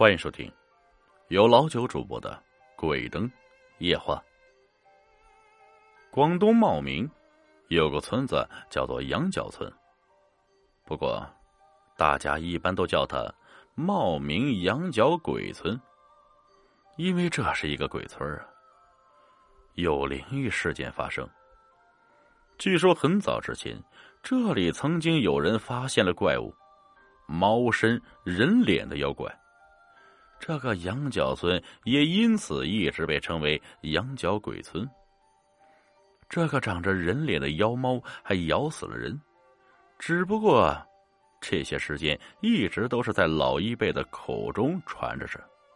欢迎收听由老九主播的鬼灯夜话。广东茂名有个村子叫做羊角村，不过大家一般都叫它茂名羊角鬼村，因为这是一个鬼村啊。有灵异事件发生。据说很早之前，这里曾经有人发现了怪物，猫身人脸的妖怪。这个羊角村也因此一直被称为羊角鬼村。这个长着人脸的妖猫还咬死了人，只不过这些事件一直都是在老一辈的口中传着。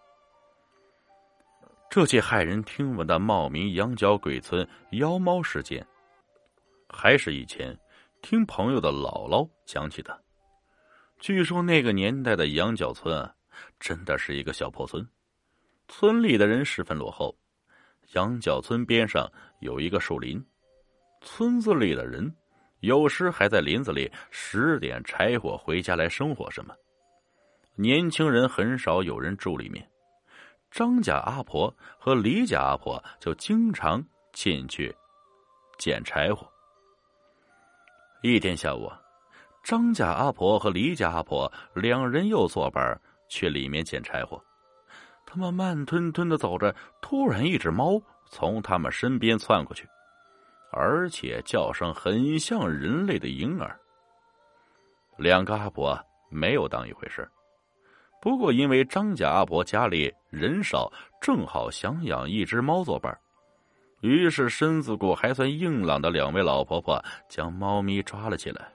这起骇人听闻的茂名羊角鬼村妖猫事件，还是以前听朋友的姥姥讲起的。据说那个年代的羊角村真的是一个小破村，村里的人十分落后。羊角村边上有一个树林，村子里的人有时还在林子里拾点柴火回家来生火什么。年轻人很少有人住里面，张家阿婆和李家阿婆就经常进去捡柴火。一天下午，张家阿婆和李家阿婆两人又作伴去里面捡柴火。他们慢吞吞地走着，突然一只猫从他们身边窜过去，而且叫声很像人类的婴儿。两个阿婆没有当一回事，不过因为张家阿婆家里人少，正好想养一只猫作伴，于是身子骨还算硬朗的两位老婆婆将猫咪抓了起来。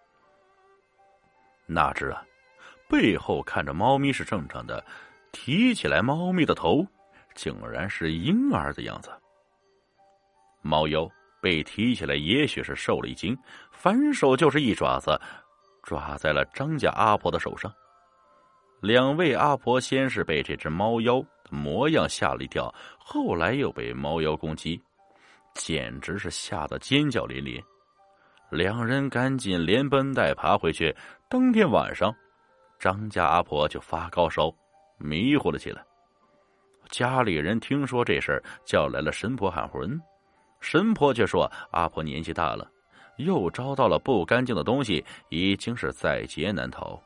哪知背后看着猫咪是正常的，提起来猫咪的头竟然是婴儿的样子。猫妖被提起来也许是受了一惊，反手就是一爪子抓在了张家阿婆的手上。两位阿婆先是被这只猫妖的模样吓了一跳，后来又被猫妖攻击，简直是吓得尖叫连连。两人赶紧连奔带爬回去。当天晚上，张家阿婆就发高烧，迷糊了起来。家里人听说这事儿，叫来了神婆喊魂。神婆却说阿婆年纪大了，又招到了不干净的东西，已经是在劫难逃。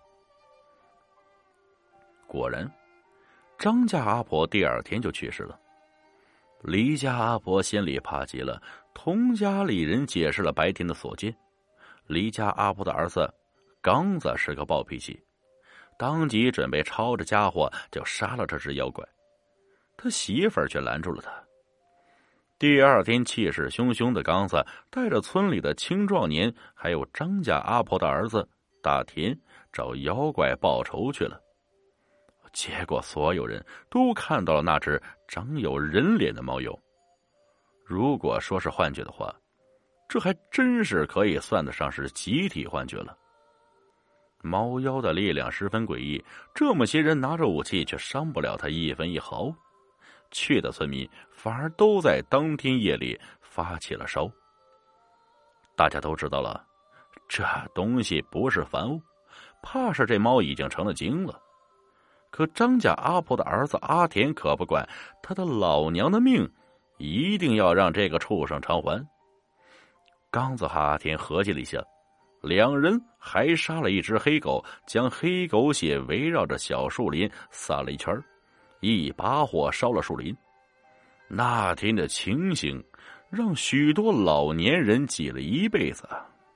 果然，张家阿婆第二天就去世了。李家阿婆心里怕极了，同家里人解释了白天的所见。李家阿婆的儿子刚子是个暴脾气，当即准备抄着家伙就杀了这只妖怪，他媳妇儿却拦住了他。第二天气势汹汹的刚子带着村里的青壮年还有张家阿婆的儿子大田找妖怪报仇去了。结果所有人都看到了那只长有人脸的猫妖。如果说是幻觉的话，这还真是可以算得上是集体幻觉了。猫妖的力量十分诡异，这么些人拿着武器却伤不了他一分一毫。去的村民反而都在当天夜里发起了烧。大家都知道了，这东西不是凡物，怕是这猫已经成了精了。可张家阿婆的儿子阿田可不管，他的老娘的命一定要让这个畜生偿还。刚子和阿田合计了一下，两人还杀了一只黑狗，将黑狗血围绕着小树林撒了一圈，一把火烧了树林。那天的情形让许多老年人记了一辈子。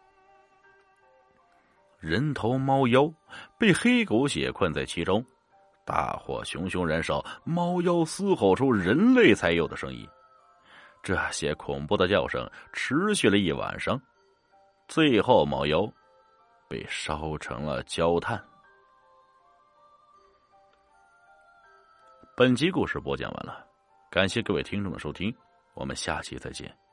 人头猫妖被黑狗血困在其中，大火熊熊燃烧，猫妖嘶吼出人类才有的声音。这些恐怖的叫声持续了一晚上，最后猫妖被烧成了焦炭。本集故事播讲完了，感谢各位听众的收听，我们下期再见。